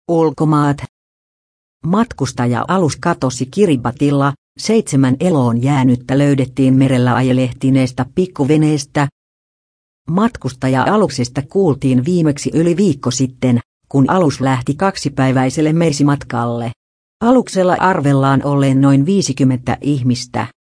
Ulkomaat. Matkustaja-alus katosi Kiribatilla, 7 eloon jäänyttä löydettiin merellä ajelehtineestä pikkuveneestä. Matkustaja-aluksesta kuultiin viimeksi yli viikko sitten, kun alus lähti 2-päiväiselle meisimatkalle. Aluksella arvellaan olleen noin 50 ihmistä.